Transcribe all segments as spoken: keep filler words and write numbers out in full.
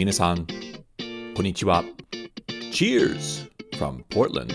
皆さん、こんにちは。Cheers from Portland.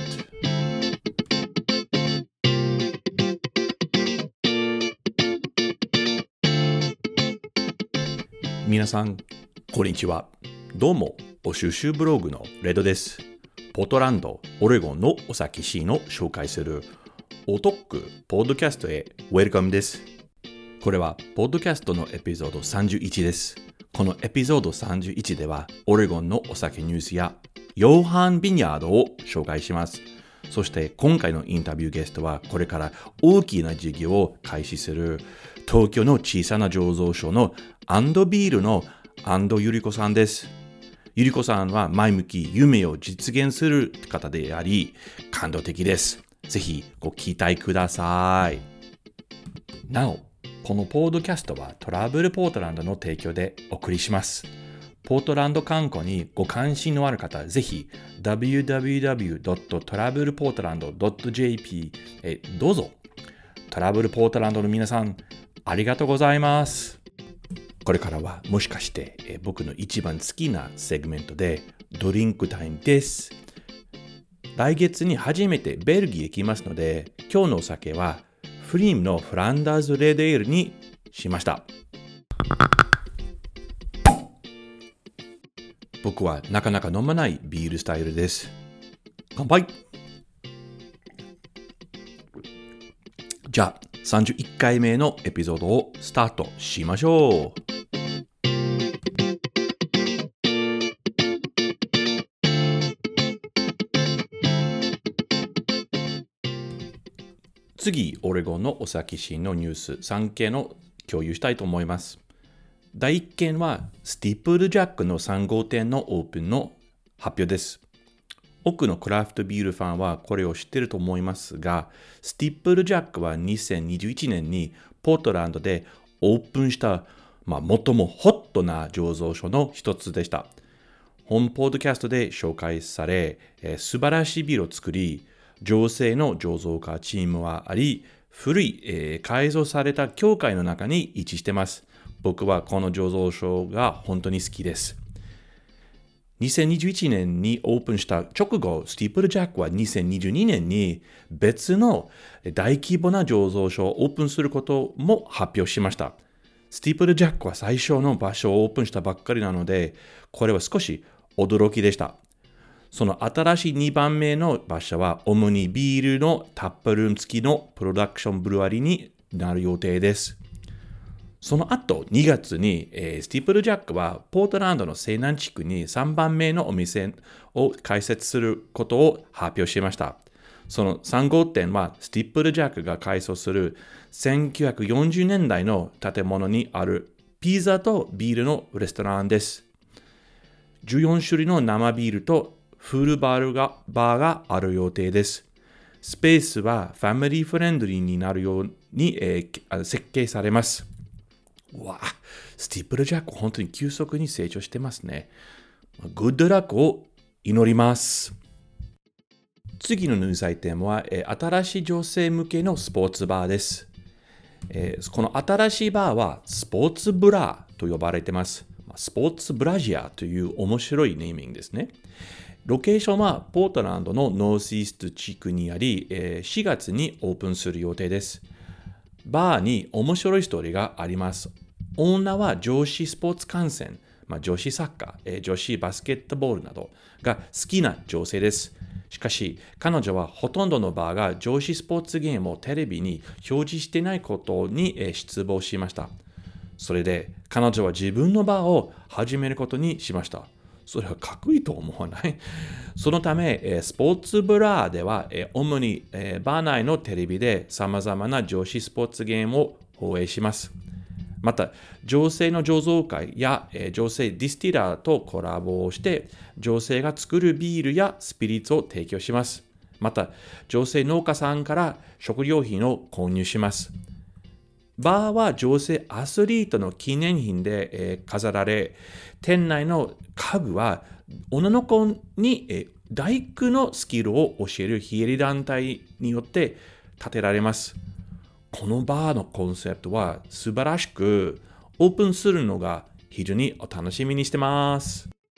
皆さん、こんにちは。どうも、お収集ブログのレドです。ポートランド、オレゴンのお酒シーンを紹介するおトックポッドキャストへウェルカムです。これはポッドキャストのエピソードさんじゅういちです。このエピソードさんじゅういちでは、オレゴンのお酒ニュースやヨーハン・ビニヤードを紹介します。そして今回のインタビューゲストは、これから大きな事業を開始する東京の小さな醸造所のアンドビールのアンドゆりこさんです。ゆりこさんは前向き、夢を実現する方であり、感動的です。ぜひご期待ください。なお、このポッドキャストはトラブルポートランドの提供でお送りします。ポートランド観光にご関心のある方、ぜひ ダブリューダブリューダブリュードットトラブルポートランドドットジェーピー へどうぞ。トラブルポートランドの皆さん、ありがとうございます。これからはもしかしてえ僕の一番好きなセグメントでドリンクタイムです。来月に初めてベルギーへ行きますので、今日のお酒はフリームのフランダーズレッドエールにしました。僕はなかなか飲まないビールスタイルです。乾杯。じゃあさんじゅういっかいめのエピソードをスタートしましょう。次、オレゴンのお酒シーンのニュースさんけんを共有したいと思います。だいいっけんはスティープルジャックのさん号店のオープンの発表です。多くのクラフトビールファンはこれを知っていると思いますが、スティープルジャックはにせんにじゅういちねんにポートランドでオープンした、まあ、最もホットな醸造所の一つでした。本ポッドキャストで紹介され、えー、素晴らしいビールを作り、醸成の醸造家チームはあり、古い、えー、改造された教会の中に位置しています。僕はこの醸造所が本当に好きです。にせんにじゅういちねんにオープンした直後、スティープルジャックはにせんにじゅうにねんに別の大規模な醸造所をオープンすることも発表しました。スティープルジャックは最初の場所をオープンしたばっかりなので、これは少し驚きでした。その新しいにばんめの場所は、主にビールのタップルーム付きのプロダクションブルワリーになる予定です。その後、にがつに、えー、スティープルジャックはポートランドの西南地区にさんばんめのお店を開設することを発表しました。そのさん号店はスティープルジャックが改装するせんきゅうひゃくよんじゅうねんだいの建物にあるピザとビールのレストランです。じゅうよんしゅるいの生ビールとフルバーが、バーがある予定です。スペースはファミリーフレンドリーになるように、えー、設計されます。わあ、スティープルジャック本当に急速に成長してますね。グッドラックを祈ります。次のニュースアイテムは、えー、新しい女性向けのスポーツバーです。えー、この新しいバーはスポーツブラと呼ばれています。スポーツブラジアという面白いネーミングですね。ロケーションはポートランドのノースイースト地区にあり、しがつにオープンする予定です。バーに面白いストーリーがあります。オーナーは女子スポーツ観戦、まあ、女子サッカー、女子バスケットボールなどが好きな女性です。しかし、彼女はほとんどのバーが女子スポーツゲームをテレビに表示していないことに失望しました。それで、彼女は自分のバーを始めることにしました。それはかっこいいと思わない？そのため、スポーツブラーでは、主にバー内のテレビで様々な女子スポーツゲームを放映します。また、女性の醸造会や女性ディスティラーとコラボをして、女性が作るビールやスピリッツを提供します。また、女性農家さんから食料品を購入します。バーは女性アスリートの記念品で、えー、飾られ、店内の家具は女の子に、えー、大工のスキルを教える非営利団体によって建てられます。このバーのコンセプトは素晴らしく、オープンするのが非常にお楽しみにしてます。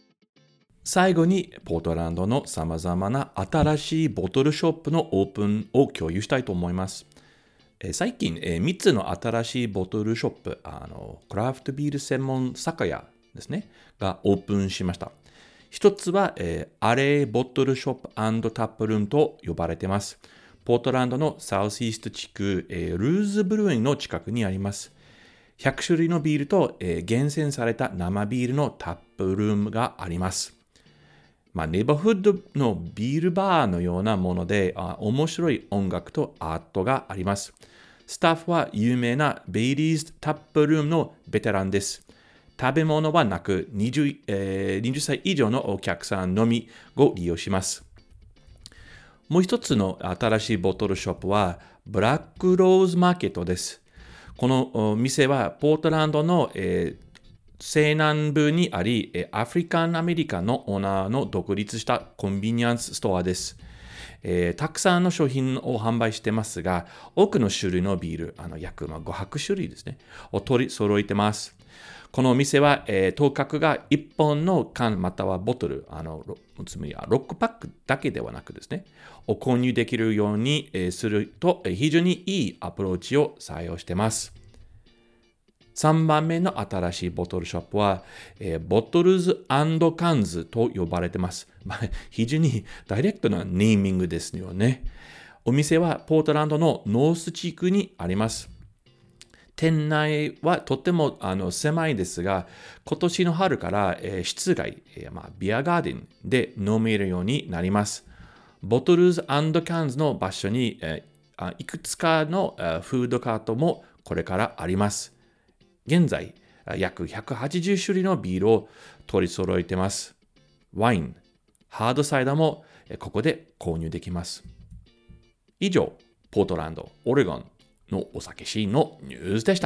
最後に、ポートランドの様々な新しいボトルショップのオープンを共有したいと思います。えー最近、えーみっつの新しいボトルショップ、あのクラフトビール専門酒屋ですね、がオープンしました。一つは、えーアレーボトルショップ&タップルームと呼ばれています。ポートランドのサウスイースト地区、えールーズブルーイングの近くにあります。ひゃく種類のビールと、えー厳選された生ビールのタップルームがあります。まあ、ネイバーフッドのビールバーのようなもので、あ面白い音楽とアートがあります。スタッフは有名なベイリーズタップルームのベテランです。食べ物はなく 20,、えー、にじゅっさい以上のお客さんのみを利用します。もう一つの新しいボトルショップはブラックローズマーケットです。このお店はポートランドの、えー西南部にあり、えーアフリカンアメリカのオーナーの独立したコンビニエンスストアです。えーたくさんの商品を販売してますが、多くの種類のビール、あの約まあごひゃく種類ですね、を取り揃えてます。このお店は、えー、当価がいっぽんの缶またはボトル、あのろつまりはろっパックだけではなくですね、を購入できるように、えーすると、えー非常にいいアプローチを採用してます。さんばんめの新しいボトルショップは、えーボトルズカンズと呼ばれてます。まあ、非常にダイレクトなネーミングですよね。お店はポートランドのノース地区にあります。店内はとてもあの狭いですが、今年の春から、えー室外、えーまあ、ビアガーデンで飲めるようになります。ボトルズカンズの場所に、えーあいくつかのあフードカートもこれからあります。現在、約ひゃくはちじゅう種類のビールを取り揃えています。ワイン、ハードサイダーもえここで購入できます。以上、ポートランド、オレゴンのお酒シーンのニュースでした。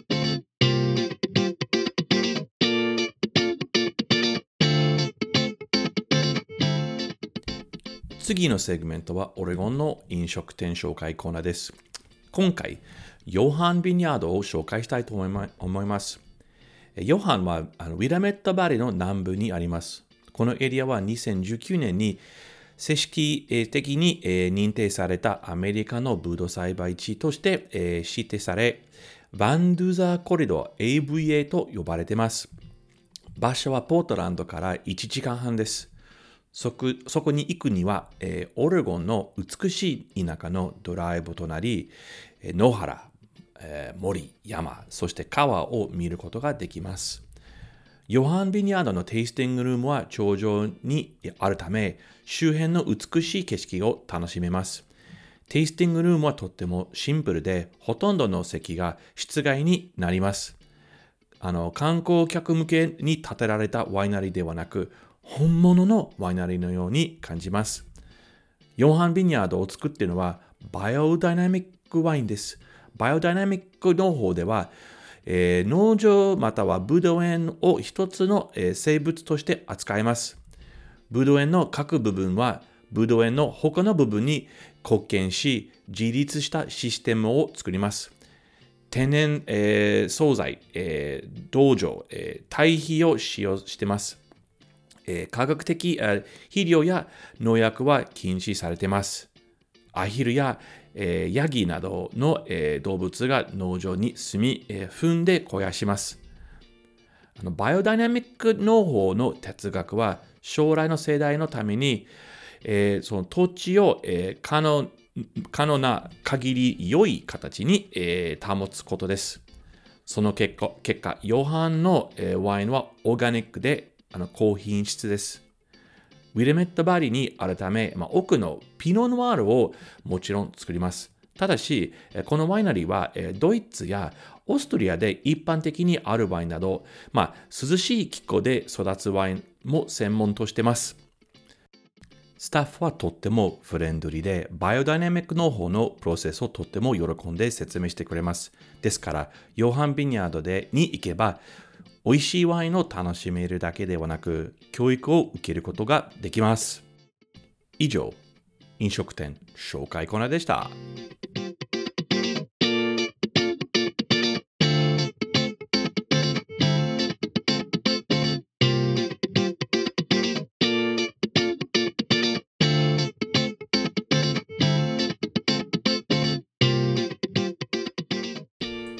次のセグメントはオレゴンの飲食店紹介コーナーです。今回、ヨハン・ビニャードを紹介したいと思いま思います。ヨハンはあのウィラメットバリの南部にあります。このエリアはにせんじゅうきゅうねんに正式的にえー認定されたアメリカのブドウ栽培地としてえー指定され、バンドゥザーコリド エーブイエー と呼ばれています。場所はポートランドからいちじかんはんです。そこそこに行くには、えーオレゴンの美しい田舎のドライブとなり、えー野原、えー森、山、そして川を見ることができます。ヨハン・ビニヤードのテイスティングルームは頂上にあるため、周辺の美しい景色を楽しめます。テイスティングルームはとってもシンプルで、ほとんどの席が室外になります。あの観光客向けに建てられたワイナリーではなく、本物のワイナリーのように感じます。ヨハン・ビニヤードを作っているのはバイオダイナミックワインです。バイオダイナミック農法では、えー農場またはブドウ園を一つの、えー生物として扱います。ブドウ園の各部分はブドウ園の他の部分に貢献し、自立したシステムを作ります。天然、えー素材、えー土壌、えー堆肥を使用しています。えー科学的えー肥料や農薬は禁止されています。アヒルや、えーヤギなどの、えー動物が農場に住み、えー踏んで肥やします。あのバイオダイナミック農法の哲学は将来の世代のために、えーその土地を、えー可能可能な限り良い形に、えー保つことです。その結果、結果ヨハンの、えーワインはオーガニックであの高品質です。ウィレメットバリーにあるため、まあ、奥のピノノワールをもちろん作ります。ただし、えーこのワイナリーは、えードイツやオーストリアで一般的にあるワインなど、まあ、涼しい気候で育つワインも専門としています。スタッフはとってもフレンドリーで、バイオダイナミック農法のプロセスをとっても喜んで説明してくれます。ですから、ヨハン・ビニヤードでに行けば、美味しいワインを楽しめるだけではなく、教育を受けることができます。以上、飲食店紹介コーナーでした。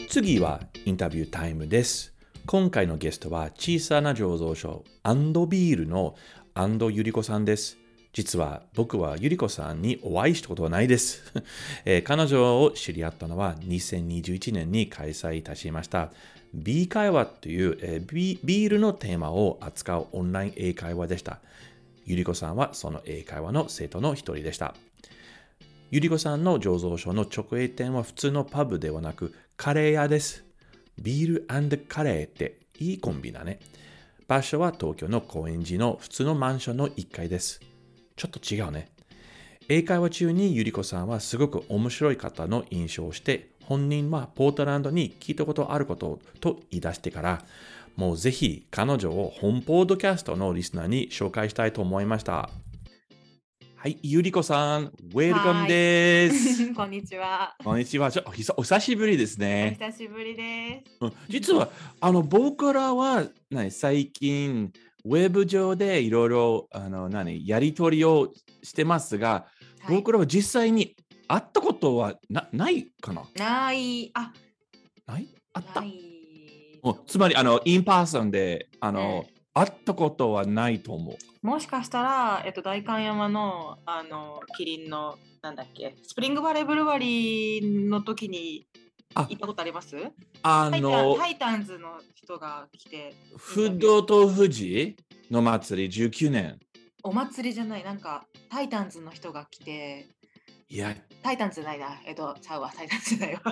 次はインタビュータイムです。今回のゲストは小さな醸造所アンドビールのアンドゆりこさんです。実は僕はゆりこさんにお会いしたことはないです、えー、彼女を知り合ったのはにせんにじゅういちねんに開催いたしました B 会話という、えー、ビ, ビールのテーマを扱うオンライン英会話でした。ゆりこさんはその英会話の生徒の一人でした。ゆりこさんの醸造所の直営店は普通のパブではなくカレー屋です。ビール&カレーっていいコンビだね。場所は東京の高円寺の普通のマンションのいっかいです。ちょっと違うね。英会話中にゆりこさんはすごく面白い方の印象をして、本人はポートランドに聞いたことあることと言い出してから、もうぜひ彼女を本ポッドキャストのリスナーに紹介したいと思いました。はい、ゆりこさん、ウェルカムです。 こんにちは。 こんにちは。お久お久しぶりですね。 お久しぶりです。 うん、実はあの僕らは何最近ウェブ上でいろいろあの何やり取りをしてますが、はい、僕らは実際に会ったことは な, ないかなない。あ、 ないあったないつまりあのインパーソンであの、うん、会ったことはないと思う。 もしかしたら、えっと、代官山のあのキリンのなんだっけスプリングバレーブルワリーの時に行ったことあります？あのタイタンズの人が来てフッドと富士の祭りじゅうきゅうねん。 お祭りじゃない、なんかタイタンズの人が来て、 いやタイタンズじゃないな、えっとちゃうわ、タイタンズじゃないわ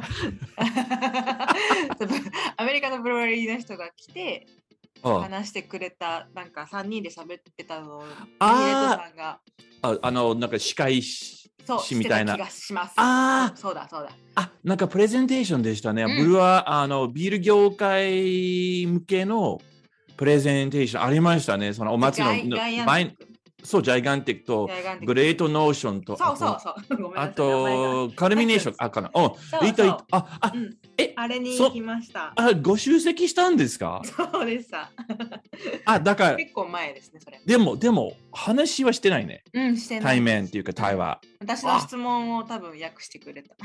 アメリカのブルワリーの人が来て話してくれた、なんかさんにんで喋ってたのをミネトさんがああのなんか司会しみたいな気がします。 ああ、そうだそうだ。 あ、なんかプレゼンテーションでしたね。うん、ブルワあのビール業界向けのプレゼンテーションありましたね。そのお祭りの前そう、ジャイガンティックとグレートノーションと、 そうそうそう。 あと、カルミネーション、あ、かな。お、 そうそう。 あ、あ、 うん、え、あれに行きました。 あ、ご出席したんですか？ そうでした。 あ、だから、 結構前ですね、それ。 でも、でも、話はしてないね。 うん、してない。 対面っていうか、対話。 私の質問を多分訳してくれた。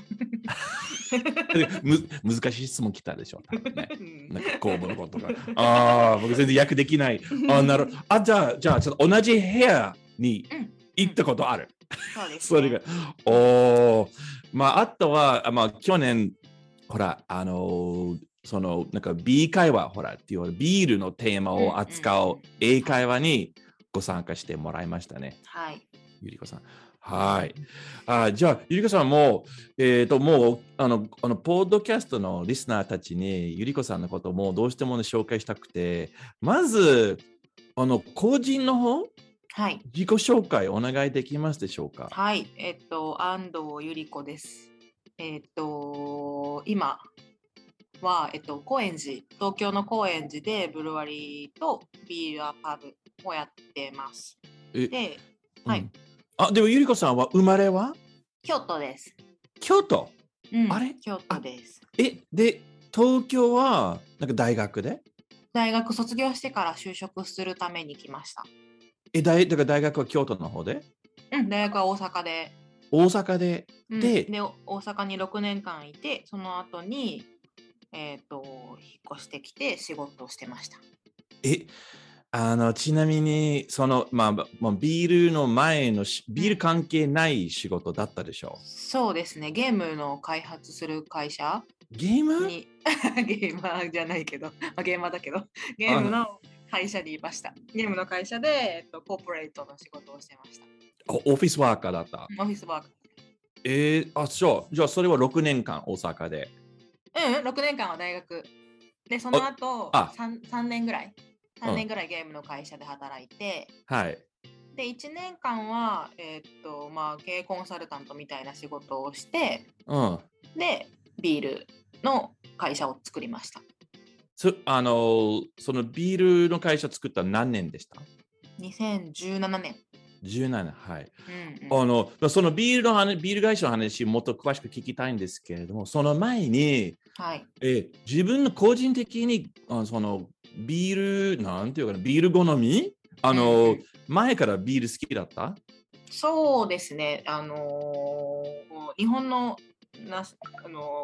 む難しい質問来たでしょ。ね、なんか公募のことが。ああ、僕全然訳できない。あ、なる。あ、じゃあ、じゃあ、ちょっと同じ部屋に行ったことある。 そうです、ね。 それが。おー。まあ、あとは、まあ、去年、ほら、あのー、その、なんか B 会話、ほら、っていうビールのテーマを扱う英会話にご参加してもらいましたね。 はい。 ゆりこさん。はい。あ、じゃあ、ゆりこさんも、えっ、ー、と、もう、あの、あの、ポッドキャストのリスナーたちに、ゆりこさんのことをもうどうしても、ね、紹介したくて、まず、あの、個人の方、 はい。 自己紹介お願いできますでしょうか？ はい。えっと、安藤ゆりこです。えっと、今は、えっと、高円寺、東京の高円寺でブルワリーとビールパブをやってます。 えで、 うん、 はい。 あ、でもゆりこさんは生まれは京都です。 京都、 うん、 あれ京都です。 え、で、東京はなんか大学で大学卒業してから就職するために来ました。 え、大だから大学は京都の方でうん、大学は大阪で。 大阪で、 うん、 で、 で、大阪にろくねんかんいて、その後に、えっと、引っ越してきて仕事をしてました。 え、あの、ちなみに、その、まあ、まあ、ビールの前のビール関係ない仕事だったでしょう、うん、 そうですね。ゲームの開発する会社ゲームにゲーマーじゃないけど、まあ、ゲーマーだけど、ゲームの会社にいました。ゲームの会社で、えっと、コーポレートの仕事をしてました。 オフィスワーカーだった。 オフィスワーカー。 えー、あ、そう。じゃあ、それはろくねんかん大阪で。 うん、ろくねんかんは大学。で、その後、3, 3年ぐらい。さんねんぐらいゲームの会社で働いて、 うん、はい。 で、いちねんかんは、えー、っと、まあ、経営コンサルタントみたいな仕事をして、 うん、 で、ビールの会社を作りました。 そ, あのそのビールの会社作ったの何年でした？ にせんじゅうななねん。 じゅうななねん、はい。 うんうん、 あのそのビールの話、ビール会社の話、もっと詳しく聞きたいんですけれども、その前に、 はい、 え自分の個人的にあそのビール、なんていうかな、ビール好みあの、うんうん、前からビール好きだった？ そうですね。あのー、日本のな、あのー、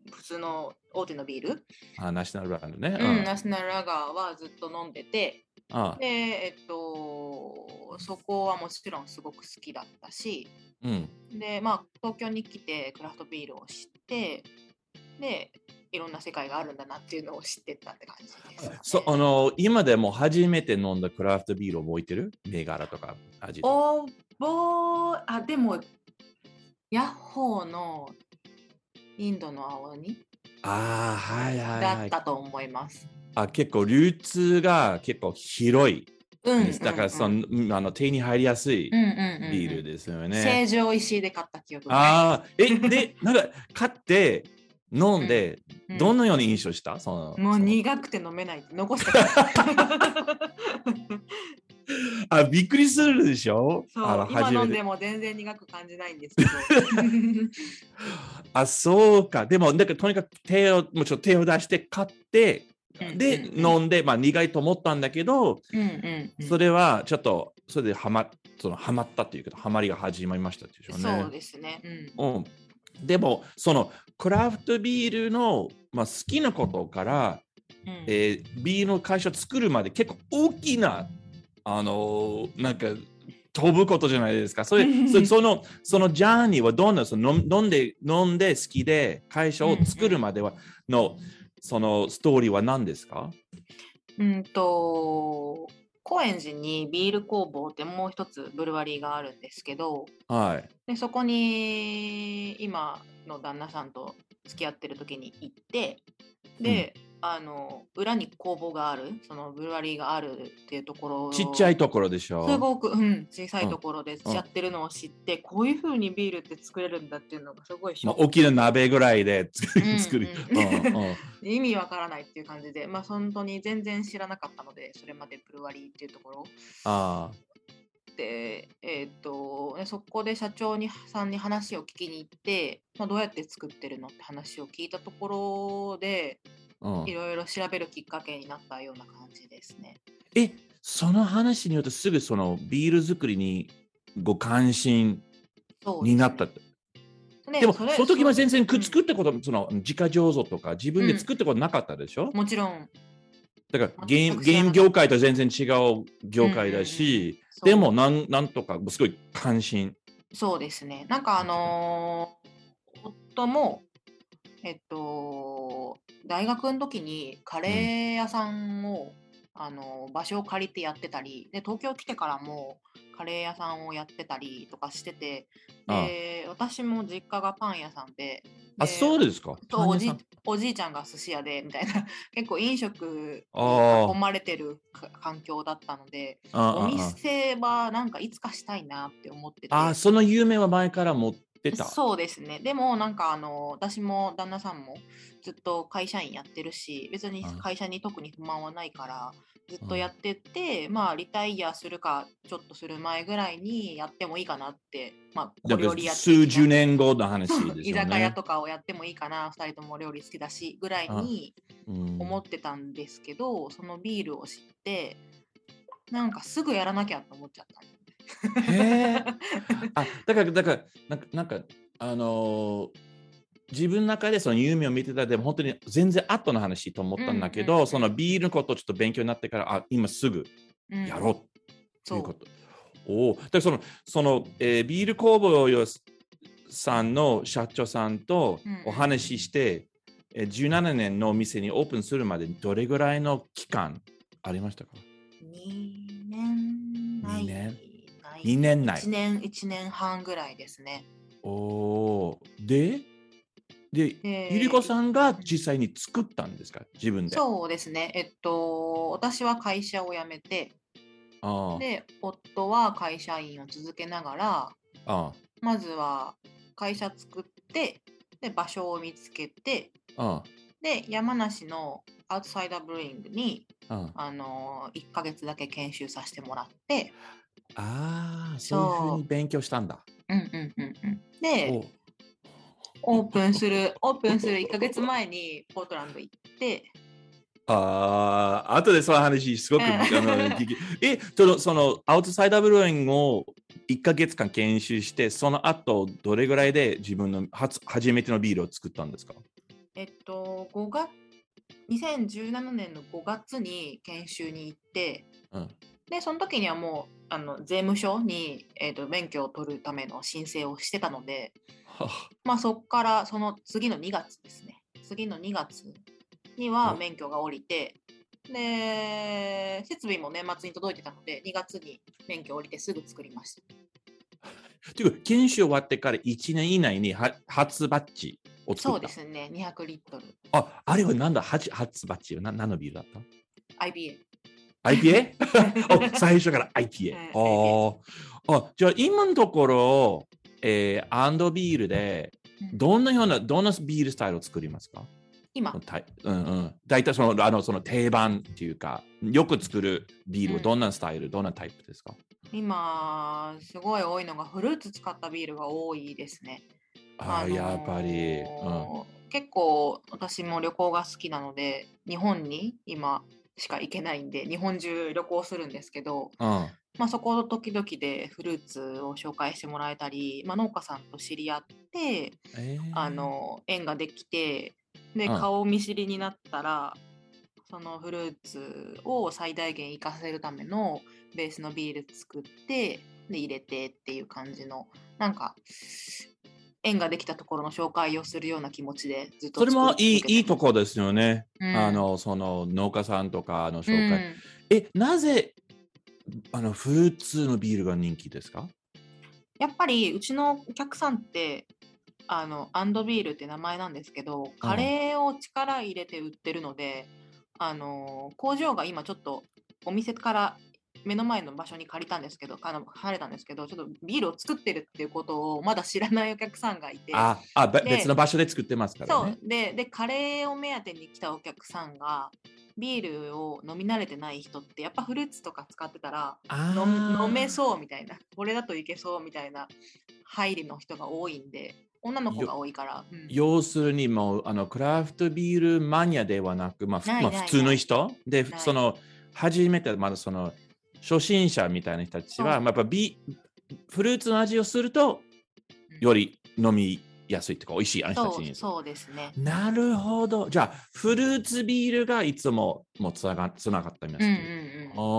普通の大手のビール、 あ、ナショナルブランドね。 うん、ナショナルラガーはずっと飲んでて、 あで、えっと、そこはもちろんすごく好きだったし、 うん。 で、まあ、東京に来てクラフトビールを知って、で、いろんな世界があるんだなっていうのを知ってったって感じですかね。 そあの今でも初めて飲んだクラフトビールを覚えてる？銘柄とか味とか。 おぼー、あ、でも、ヤッホーのインドの青鬼ああ、はいはいはい。 だったと思います。 あ、結構流通が結構広いうん、 です。だからその、 うんあの手に入りやすいうんうんうんうんビールですよね。 成城石井で買った記憶が。 ああ、え、で、なんか買って飲んで、 うんどのように印象したそのもうその苦くて飲めないって残してた。 あ、びっくりするでしょあのそう、今初めて飲んでも全然苦く感じないんですけど。 あ、そうか。でも、なんかとにかく手を、もうちょっと手を出して買って、で、 うんうんうん飲んで、まあ苦いと思ったんだけど、 うんうんうんそれはちょっと、それでハマ、そのハマったっていうか、ハマりが始まりましたっていうでしょうね。 そうですね。うんうん。でも、そのクラフトビールの、まあ、好きなことから、 うんえービールの会社を作るまで結構大きな、あのーなんか、飛ぶことじゃないですか。それそそのそのジャーニーはどんなその飲飲んで飲んで好きで会社を作るまではのそのストーリーは何ですか？ うんと高円寺にビール工房ってもう一つブルワリーがあるんですけど、 はい。 でそこに今の旦那さんと付き合ってる時に行って、で、あの裏に工房がある、そのブルワリーがあるっていうところ、 ちっちゃいところでしょ？ すごく、うん、小さいところでうんやってるのを知って、こういう風にビールって作れるんだっていうのがすごいショまあ、 ック。 大きな鍋ぐらいで作り、 うん作り。 うんうんうん意味わからないっていう感じで、まあ本当に全然知らなかったので、それまでブルワリーっていうところあで、えっとねそこで社長にさんに話を聞きに行って、まあ、どうやって作ってるのって話を聞いたところで、 あ、うんいろいろ調べるきっかけになったような感じですね。 え、その話によってすぐそのビール作りにご関心そうになったって。 ね、 でも、 それその時は全然そ作ったこと、その自家醸造とか自分で作ったことなかったでしょ？ うん、もちろん。 だからゲーム、 全く知らなかったゲーム業界と全然違う業界だし、 うんうんうん、 でもなんなんとかすごい関心。 そうですね。なんかあのー夫も、えっと、大学の時にカレー屋さんを、うん、あの場所を借りてやってたりで、東京来てからもカレー屋さんをやってたりとかしてて、で、私も実家がパン屋さんで、 あ、そうですか。 そうおじおじいちゃんが寿司屋でみたいな結構飲食に囲まれてる環境だったので、お店はなんかいつかしたいなって思ってて。 あ、その夢は前から持ってた。 そうですね。でもなんかあの私も旦那さんもずっと会社員やってるし、別に会社に特に不満はないからずっとやってて、まあリタイアするかちょっとする前ぐらいにやってもいいかなって、まあ小料理やって数十年後の話ですよね。 居酒屋とかをやってもいいかな、ふたりとも料理好きだしぐらいに思ってたんですけど、そのビールを知ってなんかすぐやらなきゃと思っちゃった。 へえ。あ、だからだからなんかなんかあのー、自分の中でその夢を見てたでも本当に全然後の話と思ったんだけど、うんうんうん、そのビールのことをちょっと勉強になってからあ今すぐやろうということ。うん、おお。だからそのその、えー、ビール工房さんの社長さんとお話しして、うんうん、じゅうななねんのお店にオープンするまでどれぐらいの期間ありましたか？ にねんない。 にねんにねんない。 いちねん、いちねんはんぐらいですね。 おお。で、で、えー、ゆりこさんが実際に作ったんですか？自分で。 そうですね。えっと、私は会社を辞めて、 あで、夫は会社員を続けながら、 あまずは会社作って、で、場所を見つけて、 あで、山梨のアウトサイダーブルーイングに、 ああのいっかげつだけ研修させてもらって、 ああ、そういうふうに勉強したんだ。 うんうんうんうん。で、オープンする、オープンするいっかげつまえにポートランド行って、 ああ、後でその話すごく、あの聞きえ、その、そのアウトサイダーブルーイングをいっかげつかん研修して、その後どれぐらいで自分の初初めてのビールを作ったんですか？ えっと、ごがつ、にせんじゅうななねんのごがつに研修に行って、 うん。 で、その時にはもう、あの税務署に、えっと、免許を取るための申請をしてたので、 はあまあ、そこからその次のにがつですね。次のにがつにはお免許が下りて、で、設備も年末に届いてたので、にがつに免許を下りてすぐ作りました。 ていうか、研修終わってからいちねん以内には初バッジを作そうった。 ですね、にひゃくリットル。 あ、あれはなんだ、初初バッジはな何のビールだったアイビーエー。 アイピーエー? お最初から アイピーエー。 はいああ。あ、じゃあ今のところ、えー、アンドビールで、 うんどんなような、どんなビールスタイルを作りますか今、 たいうんうん。大体その、あの、その定番っていうか、よく作るビールはどんなスタイル、どんなタイプですか今、すごい多いのがフルーツ使ったビールが多いですね。 ああ、 あのーやっぱり。うん。 結構私も旅行が好きなので、日本に今しか行けないんで、日本中旅行するんですけど、 うん。 まあ、そこの時々でフルーツを紹介してもらえたり、まあ、農家さんと知り合って、 えー、 あの縁ができて、で、 うん顔見知りになったら、そのフルーツを最大限活かせるためのベースのビール作ってで入れてっていう感じの、なんか縁ができたところの紹介をするような気持ちでずっそれと作りもいい、いい続けてます。 とこですよね。 うん、 あの、その農家さんとかのう紹介。 ん、 え、なぜ、あの、フルーツのビールが人気ですかやっぱりうちのお客さんってあのアンドビールって名前なんですけど、 うん。 カレーを力入れて売ってるので、あの工場が今ちょっとお店から目の前の場所に借りたんですけど、あの離れたんですけど、ちょっとビールを作ってるっていうことをまだ知らないお客さんがいて、 あ、あ、べ別ので、 場所で作ってますからね。 そうで、で、カレーを目当てに来たお客さんが、ビールを飲み慣れてない人って、やっぱフルーツとか使ってたら、飲飲めあそうみたいな、これだといけそうみたいな入りの人が多いんで、女のあ、よ、 子が多いから、うん、 要するにもう、あの、クラフトビールマニアではなく、まあ、ふないまあ、普通ないないの人で、 ない。 その、初めて、まだその、初心者みたいな人たちは、 そう、 まあ、やっぱビ、フルーツの味をすると、 うん、 より飲みやすいとか、美味しいあの人たちに。 そうそうですね。 なるほど。じゃあ、フルーツビールがいつももうつながつながってまうんうんうすっていう。ああ、 ん。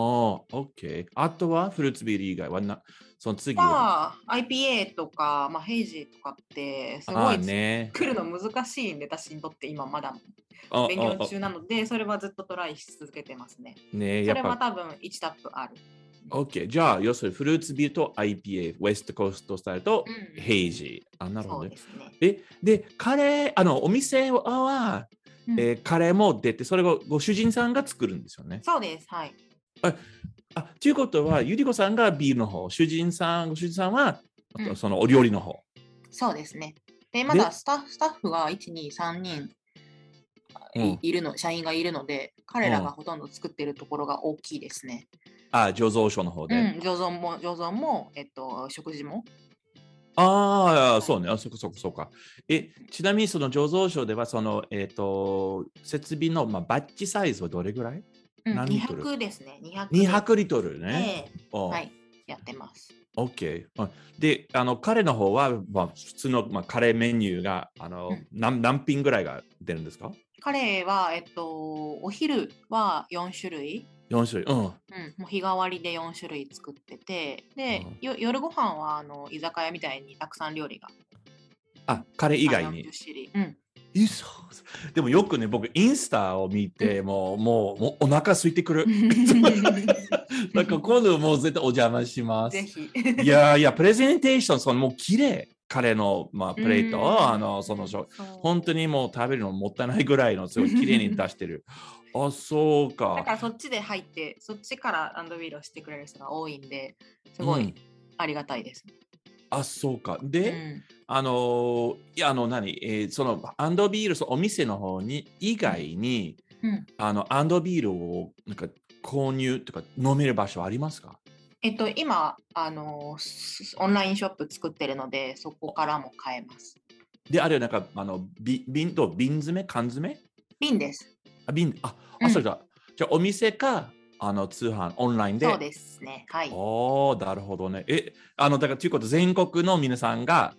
OK。あとはフルーツビール以外はな、その次は。 は アイピーエー とか、まあ、ヘイジーとかってすああごいね。 作るの難しいんで、私にとって今まだあ勉強ああ中なので、それはずっとトライし続けてますね。 ね、やっぱ、 それは多分いちタップある。 OK。じゃあ、要するにフルーツビールと アイピーエー、ウェストコーストスタイルとうんうんヘイジー。あ、なるほそうどね。 ですね。 え、で、カレー、あの、お店は、 うん、 えーカレーも出て、それをご主人さんが作るんですよね。 そうです。はい。 あ、あ、ということは、ゆりこさんがビールの方、主人さん、ご主人さんは、あうん、 とそのお料理の方。 そうですね。で、まだで、 スタッフスタッフがいち、に、さんにんうん、 いいるの、社員がいるので、彼らがうん。 ほとんど作ってるところが大きいですね。 あ、醸造所の方で。 うん、醸造も、醸造も、えっと、食事も。 ああ、 はい。 そうね。あ、そこそこそうか。え、ちなみにその醸造所では、その、えっ、と、設備の、まあ、バッジサイズはどれぐらいうん、 何リットルにひゃくですね。にひゃく ?にひゃくで、 リットルね。 で、はおい、やってます。 OK。うんで、あの、彼の方は、まあ、普通の、まあ、カレーメニューが、あの、 うん、 何、何品ぐらいが出るんですか彼は、えっと、お昼はよん種類、 ?よん 種類。うん。 うん、もう日替わりでよん種類作ってて、で、 うんよ夜ご飯はあの居酒屋みたいにたくさん料理があ、カレー以さん、 外に。 よんじゅっ種類。うん。 え、そうでもよくね、僕、インスタを見て、もう、もう、もうお腹空いてくる。なんか今度もう絶対お邪魔します。 ぜひ。 いやいや、プレゼンテーション、そのもう綺麗。彼の、まあ、 うプレートを、あの、 ーん、 その、本当そう。 にもう食べるのもったいないぐらいの、すごい綺麗に出してる。あ、そうか。 だからそっちで入って、そっちからアンドウィールをしてくれる人が多いんで、すごいうん。 ありがたいですね。 あ、そうか。 うで、 ん。 あの、いや、あの、何、えーその、アンドビール、そのお店の方に、以外に、 うん。 あの、アンドビールを、なんか、購入とか、飲める場所ありますかえっと、今、あの、すオンラインショップ作ってるので、そこからも買えます。 で、あれはなんか、あの、び瓶と瓶詰め、缶詰瓶です。 あ、瓶、あ、あ、それうん。 だ。じゃあ、お店か、あの、通販、オンラインそうで。 ですね。はい。 おー、なるほどね。え、あの、だから、ということ、全国の皆さんが、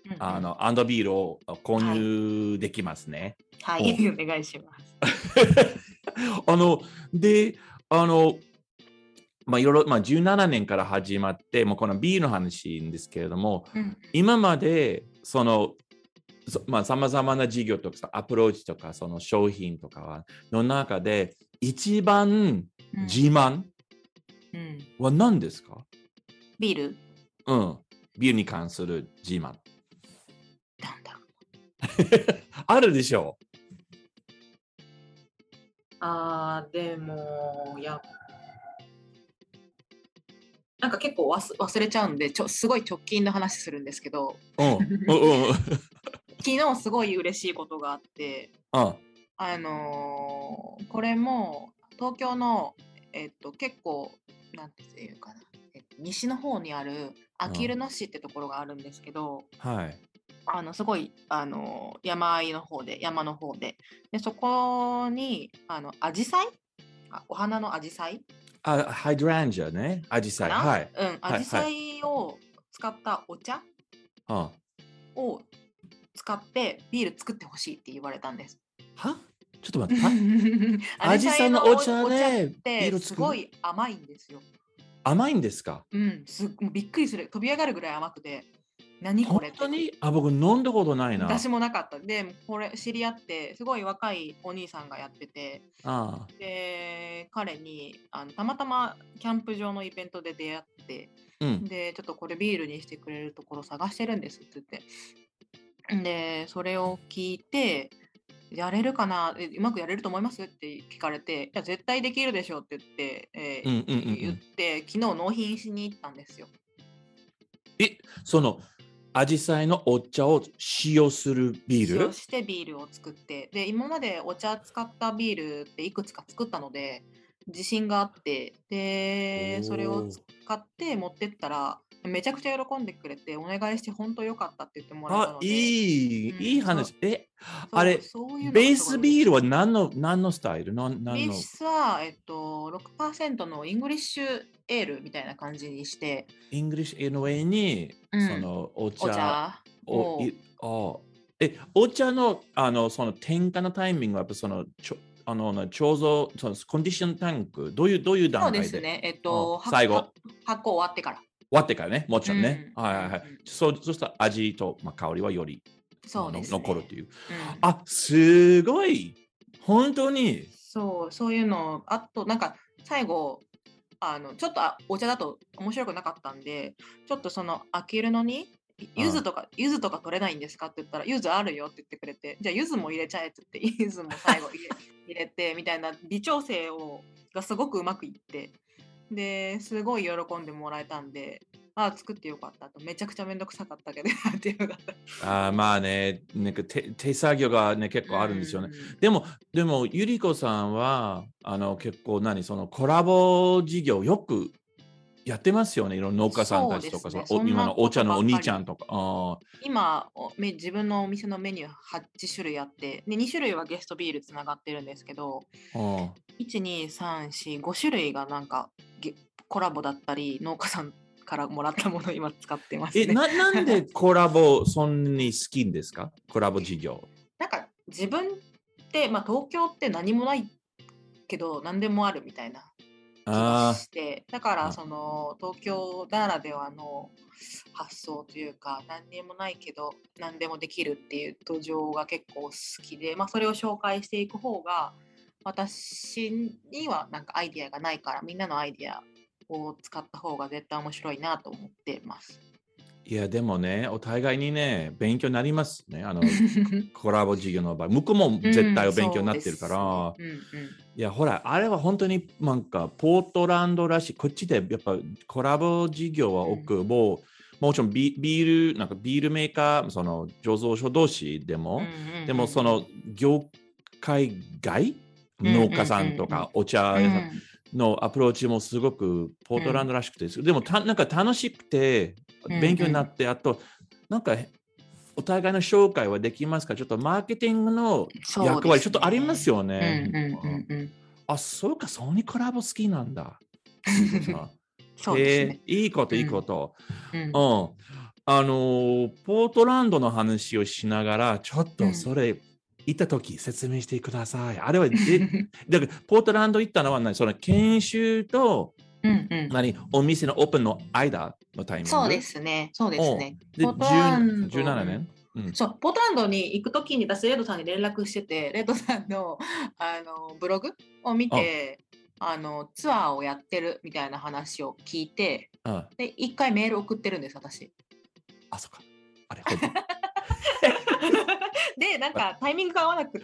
うんうんあのアンドビールを購入できますね。 はい、お願いします。 あのであのまあいろいろ、まあ、じゅうななねんから始まってもうこのビールの話ですけれども、 うん、 今までそのさまざまな事業とかアプローチとかその商品とかの中で一番自慢は何ですか？ ビールうん。ビールに関する自慢。 なんだろう。 あるでしょう。 あー、でも、やなんか結構忘忘れちゃうんでちょ、すごい直近の話するんですけど、 うんうんうん昨日すごい嬉しいことがあって、 ああのーこれも東京の、えっと、結構、なんていうかな、えっと、西の方にあるあきる野市ってところがあるんですけど、 はい。 あのすごい、あの山あいの方で、山の方で、でそこにあのアジサイあお花のアジサイあ、ハイドランジャね。アジサイ。 かな、 はい。 うん、アジサはいはい。 イを使ったお茶はを使ってビール作ってほしいって言われたんです。 はちょっと待って。パアジアジサイサイのおのお茶お茶っでビーてすごル作る？ い甘いんですよ。 甘いんですか？ うん、すもうびっくりする。飛び上がるぐらい甘くて、何こ本れって。 当にあ、僕飲んだことないな。 私もなかった。で、これ知り合って、すごい若いお兄さんがやってて、 あで、彼にあのたまたまキャンプ場のイベントで出会って、 あ。うん。 で、ちょっとこれビールにしてくれるところ探してるんですって言って。で、それを聞いて、やれるかな、えうまくやれると思いますって聞かれて、いや、絶対できるでしょって言って、えうんうんうんうー言っん。 て、昨日納品しに行ったんですよ。 え、その、アジサイのお茶を使用するビー使用ル？ してビールを作って、で、今までお茶使ったビールっていくつか作ったので、自信があって、で、それをおー使って持ってったら、めちゃくちゃ喜んでくれて、お願いして本当良かったって言ってもらえたあ、 ので、 いい、いいうん、そ話。え、あそう、 れ、 そういうのベーがすごいスビールは嬉しい。 何の、何のスタイルなんベー何のスは、えっと、ろくパーセントのイングリッシュエールみたいな感じにして、 イングリッシュの上に、 うん、 そのおお茶茶を、 をい、あえ、お茶の、あの、その添加のタイミングは、やっぱその、ちょあの、な醸造、そのコンディションタンク、どういう、どういうそう段階で？ ですね、えっあと、はは最後、 発酵終わってから。 終わってからね、もちうん、 ろんね。 うん、 はいはいはい。 うん。 そう、そしたら味と、まあ、香りはより、まあ、のそうですね。 残るという。 うん。 あ、すごい。本当に。 そう、そういうの、あと、なんか、最後、あの、ちょっとあお茶だと面白くなかったんで、ちょっとその、開けるのに、柚子うんとか、柚子とか取れないんですかって言ったら、柚子あるよって言ってくれて、じゃあ柚子も入れちゃえって言って、柚子も最後入れ入れて、みたいな微調整をがすごくうまくいって、で、すごい喜んでもらえたんで、ああ、作ってよかったと、めちゃくちゃめんどくさかったけど、っていうのが。 あーまあね、なんか手手作業がね、結う構あるんですよね。 ん。 でも、でも、ゆりこさんは、あの、結構何、そのコラボ事業よくやってますよね。いろんな農家さんたちとか、そそうですね。 のおそん今のお茶なことのお兄ばっかり。 ちゃんとか。あ今おめ自分のお店のメニューはち種類あって、でに種類はゲストビールつながってるんですけど、 ーあー。 いち、に、さん、よん、ご種類がなんかゲコラボだったり、農家さんからもらったものを今使ってまえ、 すね。 な、なんでコラボそんなに好きんですか？コラボ事業。 なんか自分って、まあ、東京って何もないけど何でもあるみたいな気があして、だからあ。 その東京ならではの発想というか、何にもないけど何でもできるっていう土壌が結構好きで、まあ、それを紹介していく方が私にはなんかアイディアがないから、みんなのアイディアを使った方が絶対面白いなと思ってます。 いや、でもね、お互いにね、勉強になりますね。あの、コラボ事業の場合、向こうもう絶対ん、 お勉強にそうでなってるかすね。 ら、 うんうん。 いや、ほら、あれは本当になんか、ポートランドらしい、こっちでやっぱコラボ事業は多く、もう、もちろんビビール、なんかビールメーカー、その醸造所同士でうんも、 うんでもその業界外うんうん農家さんとかお茶うんうん屋さんのアプローチもすごくポートランドらしくて、でもたなんか楽しくて勉強になって、あと、なんかお互いの紹介はできますか？ちょっとマーケティングの役割、ちょっとありますよね。 うんうんうんうん。 あ、そうか、ソニーコラボ好きなんだ。ゆりこさん。 そうですね。 へえ、いいこと、いいうんこと。 うんうん。 あのーポートランドの話をしながら、ちょっとうん。 それ、行った時説明してください。あれは、え、だから、ポートランド行ったのは何その研修と、 うんうん。 何お店のオープンの間のタイミンそうでグすね。そうですおね。 で、 ポートランじゅうド、 ななうん。 年うん。 そう、ポートランドに行くときに私、レッドさんに連絡してて、レッドさんの、あのブログを見あ、 て、あのツアーをやってるみたいな話を聞いて、 あ、 で、一回メール送ってるんです、私。 あ、そっか。あれ、ほんと。 で、なんかタイミングが合わなくって、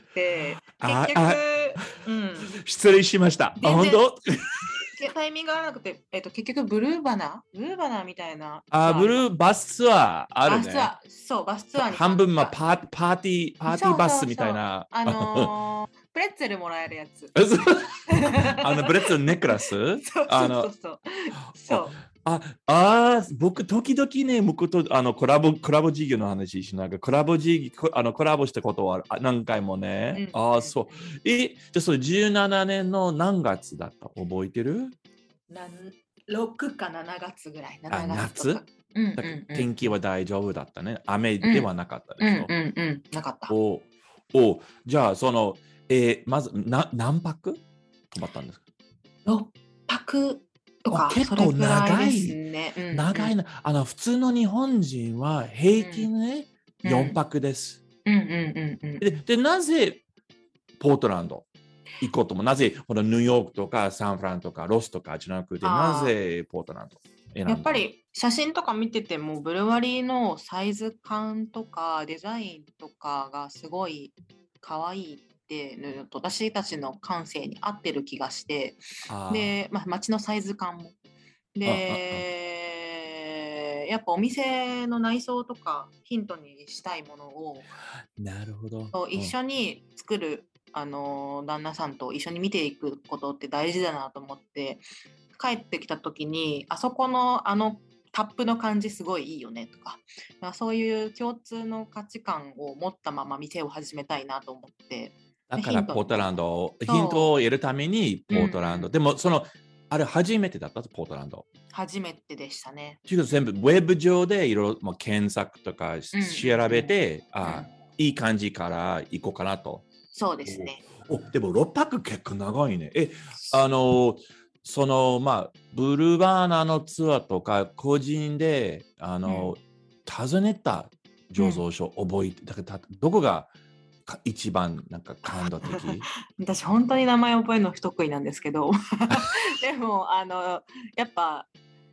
結あ、 局、 あ、 うん、 失礼しました。あ、 全然本当けタイミングが合わなくて、えっと、結局ブルーバナーブルーバナーみたいなツあ、 アーに、 ブルーバスツアーあるね。 バスツアー、そう、バスツアーに半分、まあ、 参加。 パー、パーティー、パーティーそうバスみそうそう。 たいな。 あのープレッツェルもらえるやつ。 あの、ブレッツのネックレスそうあの、 そうそうそう。そあ、 う。 あ、あー僕、時々ね、向こうとあのコラボ、コラボ事業の話しながら、コラボ事業、あのコラボしたことはあ何回もね。 うんああ、そう。 うんうん。 え、じゃあそれじゅうななねんの何月だった覚えてるなんろくかしちがつぐらい、 あ、 しちがつと夏か。うんだけうんうん。 天気は大丈夫だったね。雨うんではなかったでうんしょ。 うんうん。なかった。 おお、じゃあ、その、えーまずな何泊泊まったんですかろっぱくとおか、それ結構ぐらいです長い、 ね。うん長いな。あの、普通の日本人は平均ね、 うん。うよんんぱくです。 うんうんうんで、でなぜポートランド行こうとも、なぜこのニューヨークとかサンフランとかロスとかじゃなくて、なああ、 ぜポートランド選んだのやっぱり写真とか見てても、ブルワリーのサイズ感とかデザインとかがすごい可愛いっていうのと、私たちの感性に合ってる気がして、 あで、まあ、街のサイズ感も。 あ、うんうんうん。 で、やっぱお店の内装とかヒントにしたいものをなるほど。 そう一うん、 緒に作る、あの旦那さんと一緒に見ていくことって大事だなと思って、帰ってきた時にあそこのあのタップの感じすごいいいよねとか、まあ、そういう共通の価値観を持ったまま店を始めたいなと思って、 だでヒントからポートランもド、ヒントをそ得るためにう、うんうポートランド。 ん、 でも、その、あれ初めてだったポートランド。 初めてでしたね。 ちょっと全部ウェブ上でいろいろもう検索とかうんうん調べて、 うん、うあん、 いい感じから行こうかなと。 そうですね。 お、おでもろっぱく結構長いね。え、あの、その、まあ、ブルーバーナのツアーとか、個人で、あうん、 の、訪ねた醸うん造所覚えて、だからたどこがか一番なんか感動的私本当に名前覚えるの不得意なんですけどでもあのやっぱ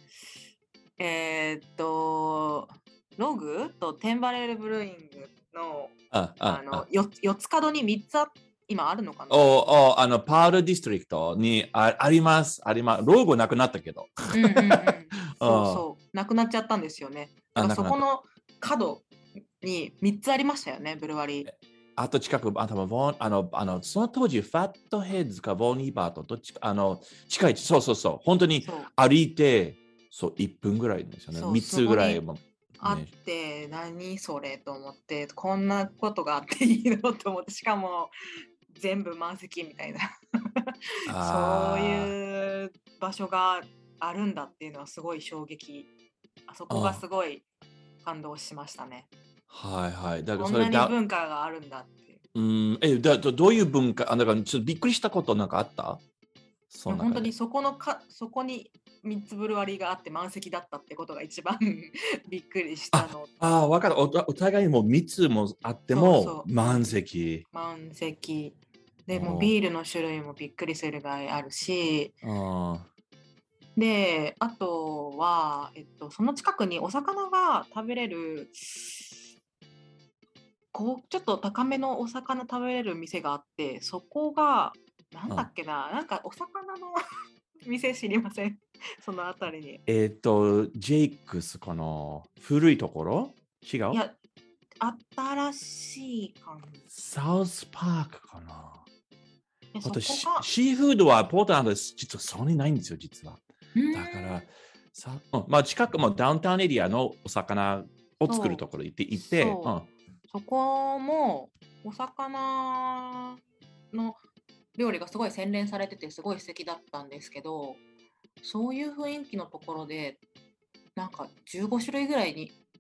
えーっとログとテンバレルブルーイングのあ、あ、 あのあ。 よ四つ角にみっつあ今あるのかな。 お、お、あの、パールディストリクトにああります、あります。ロゴなくなったけど。 うんうんうん。そうあそうなくなっちゃったんですよね。だあ、 からなくなった。 そこの角にみっつありましたよね、ブルワリー。 あと近く、あ多分ボンあの、あの、その当時、ファットヘッズかボーニーバーとどっちか、あの、近い、そうそうそう、本当にそう歩いて、そう、いっぷんぐらいですよね。 そうみっつぐそこにらいも、 あっね。 て、何それと思って、こんなことがあっていいのと思って、しかも全部満席みたいなそうあいう場所があるんだっていうのはすごい衝撃。あそこがあ、 すごい感動しましたね。 はいはい。だからこんなにそれだ、 文化があるんだっていう。 うん、え、だ、どどういう文化、あ、だからちょっとびっくりしたことなんかあったそいや本当にの中で。 そこのかそこにみっつブルワリーがあって満席だったってことが一番びっくりしたあ、 のあー、わかる。 と、 お、お互いにもうみっつもあってもそうそう満席。 満席でもうおビールの種類もびっくりするぐらいあるし、 あであとは、えっと、その近くにお魚が食べれるこうちょっと高めのお魚食べれる店があって、そこがなんだあ、 っけな、なんかお魚の店知りませんそのあたりに。 えっと、ジェイクス、この古いところ違ういや、新しい感じ。 サウスパークかなでそこ私、 が、 シーフードはポートランドです。実はそんなにないんですよ、実は。 うーん、 だから、さうんまあ、近くもダウンタウンエリアのお魚を作るとそう、 ころ行って行って、うん、 そう、そこもお魚の料理がすごい洗練されててすごい素敵だったんですけど、そういう雰囲気のところでなんかじゅうご種類ぐらいに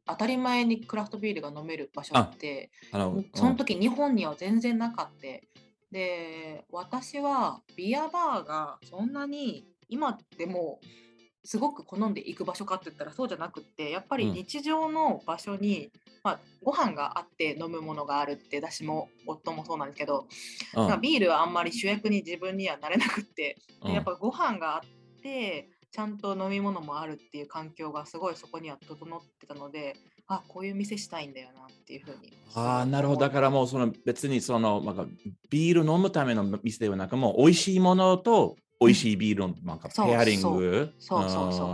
当たり前にクラフトビールが飲める場所ってあの、 その時、うん、日本には全然なかった。で、私はビアバーがそんなに今でもすごく好んで行く場所かって言ったらそうじゃなくって、やっぱり日常の場所に、うん、まあ、ご飯があって飲むものがあるって、私も夫もそうなんですけど、うん、ビールはあんまり主役に自分にはなれなくって、でやっぱご飯があってちゃんと飲み物もあるっていう環境がすごいそこには整ってたので、あ、こういう店したいんだよなっていうふうに。 ああ、なるほど。だからもうその別にその、なんかビール飲むための店ではなく、もう美味しいものと美味しいビールのなんかペアリング。 そうそうそう。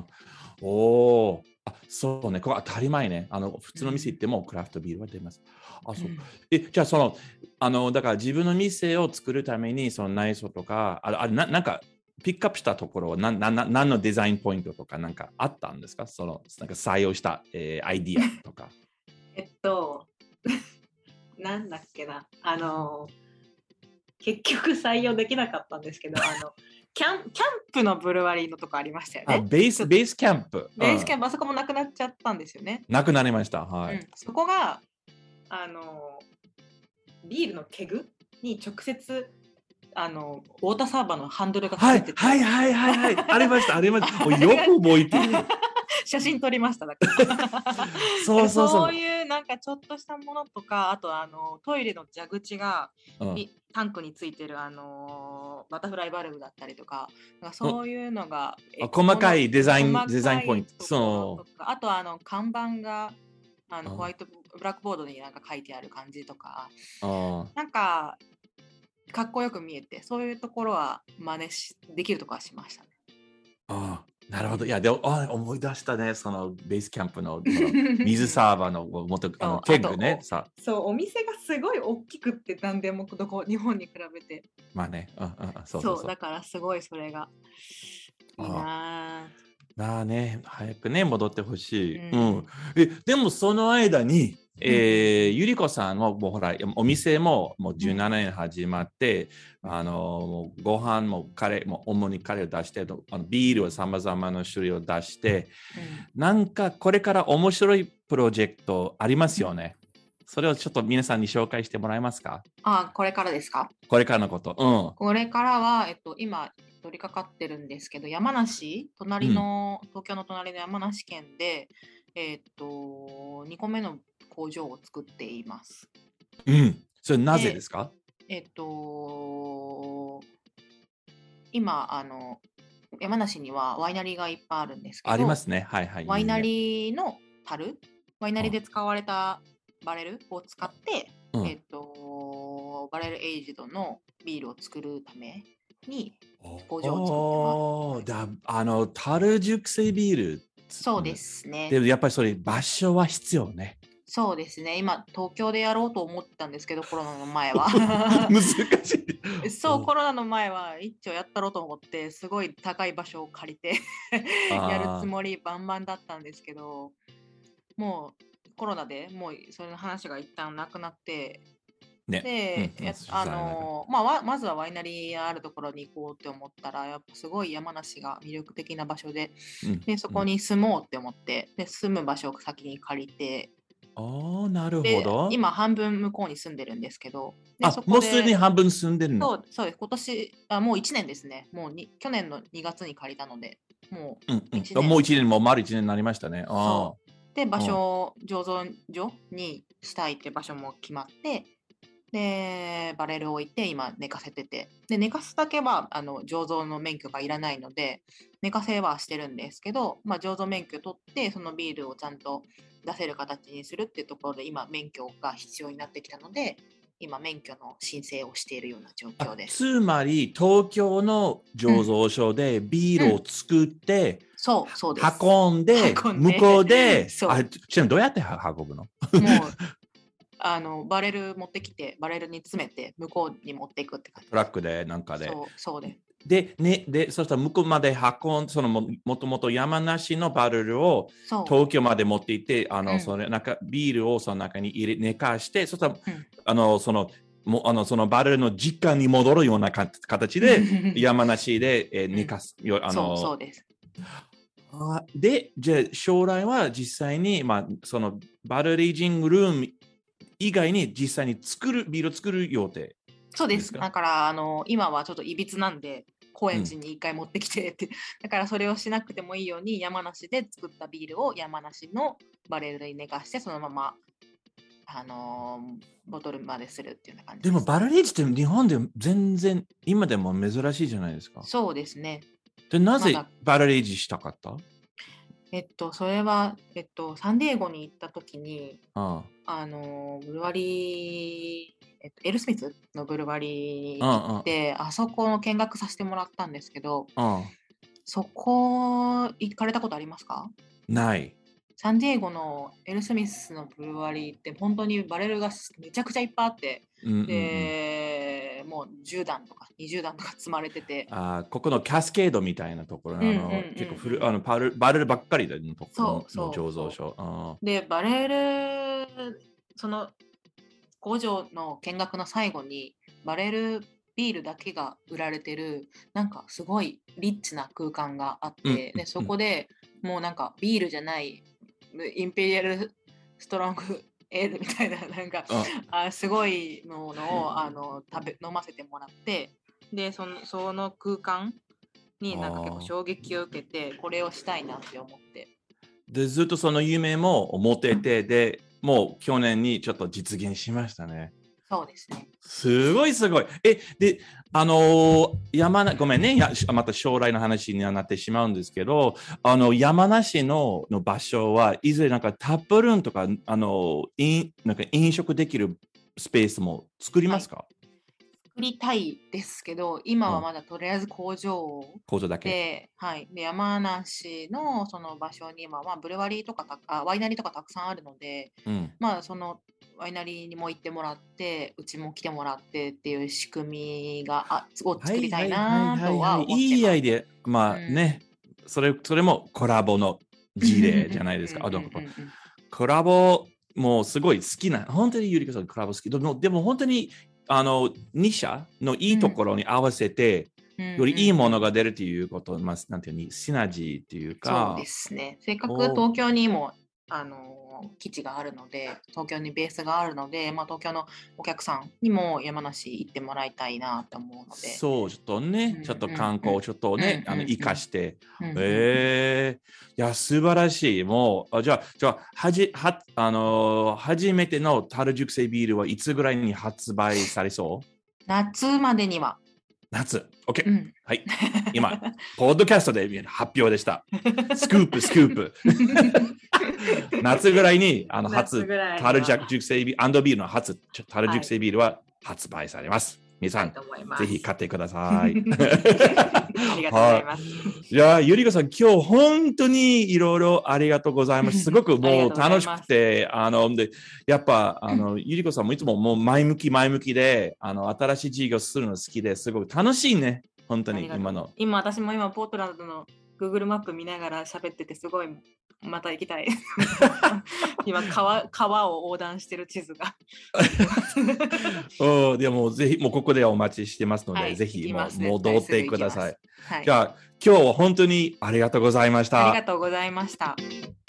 おお。あ、そうね。ここ当たり前ね。あの普通の店行ってもクラフトビールは出ます。あ、そう。うん、え、じゃあその、あの、だから自分の店を作るために、その内装とか、ああれな、なんか、ピックアップしたところは何、何、何のデザインポイントとかなんかあったんですか？その、なんか採用した、えー、アイディアとか。 えっと、なんだっけな。あの、結局採用できなかったんですけど、あの、キャン、キャンプのブルワリーのとこありましたよね。 あ、ベース、ベースキャンプ。 ベースキャンプ、あそこもなくなっちゃったんですよね。 なくなりました。はい。 うん、そこが、あの、ビールのケグに直接、あの、ウォーターサーバーのハンドルがついてて。 はいはいはいはいはい。ありました、ありました。よく覚えてる。 写真撮りましただから。そうそうそう。そういうなんかちょっとしたものとか、あとあのトイレの蛇口が、うん、タンクについてるあのバタフライバルブだったりとか、なんかそういうのが、 うん、細かいデザインデザインポイント。 そう。あとあの看板があのホワイトブラックボードになんか書いてある感じとか、なんかかっこよく見えて、そういうところは真似しできるところはしましたね。 ああ。なるほど。いや、でも、あ、思い出したね。そのベースキャンプの水サーバーの元あのケッグね。さそう、お店がすごい大きくって何でもどこ日本に比べて。 まあね。うんうん、そうそうそう。だからすごいそれがいいな。 まあね、早くね、戻ってほしい。うん。うん、えでもその間に、えー、ゆりこさんももうほらお店ももうじゅうななねん始まって、うん、あのご飯もカレーも主にカレーを出してあのビールをさまざまな種類を出して、うん、なんかこれから面白いプロジェクトありますよね。うん、それをちょっと皆さんに紹介してもらえますか？ あ、これからですか？ これからのこと。うん。 これからは、えっと、今取り掛かってるんですけど、山梨、隣の、うん、東京の隣の山梨県で、えっと、にこめの工場を作っています。 うん。それなぜですか？ えっと、今、あの、山梨にはワイナリーがいっぱいあるんですけど、 ありますね。はいはい。 ワイナリーの樽、ワイナリーで使われたバレルを使って、うん、えっと、バレルエイジドのビールを作るために工場を作ってます。 だあの、樽熟成ビール。 そうですね。 でもやっぱりそれ場所は必要ね。 そうですね。今、東京でやろうと思ってたんですけど、コロナの前は。 難しい。そう、コロナの前は一丁やったろうと思って、すごい高い場所を借りてやるつもりバンバンだったんですけど、もうコロナでもうそれの話が一旦なくなって、ね、で、うん、あのまあ、まずはワイナリーあるところに行こうって思ったら、やっぱすごい山梨が魅力的な場所で、うん、でそこに住もうって思って、で住む場所を先に借りて、 あ、なるほど。 今半分向こうに住んでるんですけど、 であそこでもうすでに半分住んでるの？ そうそうです。今年あもういちねんですね。もうに去年のにがつに借りたので、もういちねん、 うんうん、もういちねんも丸いちねんになりましたね。あで場所を醸造所にしたいって場所も決まって、でバレルを置いて今寝かせてて、で寝かすだけはあの醸造の免許がいらないので寝かせはしてるんですけど、まあ、醸造免許取ってそのビールをちゃんと出せる形にするっていうところで今免許が必要になってきたので、今免許の申請をしているような状況です。 つまり東京の醸造所でビールを作って、うん、 そうそうです。 運んで向こうであちなみにどうやって運ぶの？もうあのバレル持ってきてバレルに詰めて向こうに持っていくって感じ。 トラックでなんかで。 そうそうで。 でねでそしたら向こうまで運んそのももともと山梨のバレルを東京まで持っていってあの、うん、その中ビールをその中に入れ寝かして、そしたら、うん、あのそのもあのそのバレルの実家に戻るような形で山梨で、えー、寝かす、 うん、あのそうそうです。 あで、じゃあ将来は実際に、まあ、そのバルレージングルーム以外に実際に作るビールを作る予定そうです。 ですか？ だからあの今はちょっといびつなんで高円うん寺に一回持ってきてって、だからそれをしなくてもいいように山梨で作ったビールを山梨のバレルに寝かしてそのまま、あのーボトルまでするっていうような感じでもです。 バルレージって日本で全然今でも珍しいじゃないですか。 そうですね。 で、なぜまだバルレージしたかった？ えっとそれはえっとサンディエゴに行った時にああのーブルワリー、えっと、エルスミスのブルワリーあ、 に行ってあそこの見学させてもらったんですけど、 ああ、ああ、 そこ行かれたことありますか？ ない。 サンディエゴのエルスミスのブルワリーって本当にバレルがめちゃくちゃいっぱいあって、 うんうんうん、 でもうじゅうだんとかにじゅうだんとか積まれてて、 あここのキャスケードみたいなところ、あうんうんうんのうん結構古あのパルバレルばっかりのところそうそうの醸造所。あでバレルその工場の見学の最後にバレルビールだけが売られてるなんかすごいリッチな空間があって、 うんうんうん、 でそこでもうなんかビールじゃないインペリアルストロングエールみたいななんかああすごいものをあの食べ飲ませてもらって、でそのその空間になんか結構衝撃を受けてこれをしたいなって思って。 で、ずっとその夢も持ってて、で、もう去年にちょっと実現しましたね。 そうですね。 すごいすごい。え、で、あのー山な、ごめんねや、また将来の話にはなってしまうんですけど、あの、山梨のの場所はいずれなんかタップルームとか、あの、飲なんか飲食できるスペースも作りますか？ 作りたいですけど、今はまだとりあえず工場工場だけ。 で、はい、で山梨のその場所に今、まあ、ブルワリーとかたあワイナリーとかたくさんあるので、 うん。 まあ、そのワイナリーにも行ってもらってうちも来てもらってっていう仕組みがあをは作りたいいはいはいなとはいはい。 は思ってます。 いいアイデア。まあうんね、それ、それもコラボの事例じゃないですか。あ、なんかうんうんうんうんコラボもうすごい好きな、本当にゆりかさんコラボ好き。でも、でも本当にあのに社のいいところに合わせて、よりいいものが出るということ、まあ、なんていうに、シナジーっていうか。 そうですね。せっかくお東京にもあの基地があるので、東京にベースがあるので、まあ、東京のお客さんにも山梨行ってもらいたいなと思うので。 そう、ちょっとね、 うんちょっと観光、ちょっとね、 うんあの生かして。 うんうんえー、いや、素晴らしい。もう、あじゃあ、じゃあ、はじ、は、あのー初めての樽熟成ビールはいつぐらいに発売されそう？ 夏までには。 夏。OK、 うん、 はい。今、ポッドキャストで発表でした。スクープ、スクープ。夏ぐらいに、あの、初、樽熟成ビール、ビールの初、樽熟成ビールは発売されます。皆さん、ぜひ買ってください。 ありがとうございます。 いや、ゆりかさん、今日本当にいろいろありがとうございます。すごくもう楽しくて、あの、で、やっぱ、あの、ゆりかさんもいつももう前向き前向きで、あの、新しい事業するの好きですごく楽しいね。本当に今の。 今、私も今、ポートランドの Google マップ見ながら喋ってて、すごい、また行きたい。今川、川を横断してる地図が。 おでも、ぜひ、もうここでお待ちしてますので、はい、ぜひもう戻ってください。はい、じゃあ、今日は本当にありがとうございました。 ありがとうございました。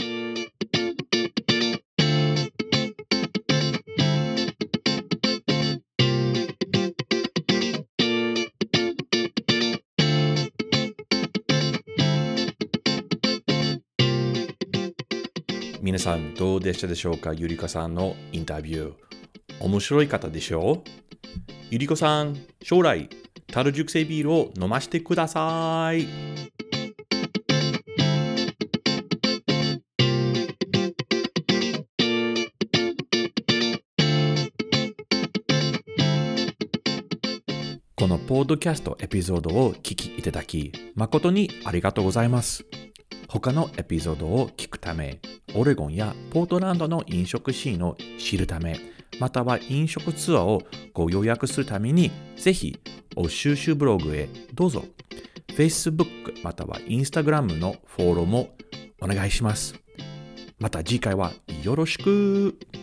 皆さんどうでしたでしょうか？ゆりかさんのインタビュー。面白い方でしょう？ゆりかさん、将来、樽熟成ビールを飲ませてください。このポッドキャストエピソードを聞きいただき、誠にありがとうございます。他のエピソードを聞くため、オレゴンやポートランドの飲食シーンを知るため、または飲食ツアーをご予約するために、ぜひ、お収集ブログへどうぞ。Facebook または Instagram のフォローもお願いします。また次回はよろしく。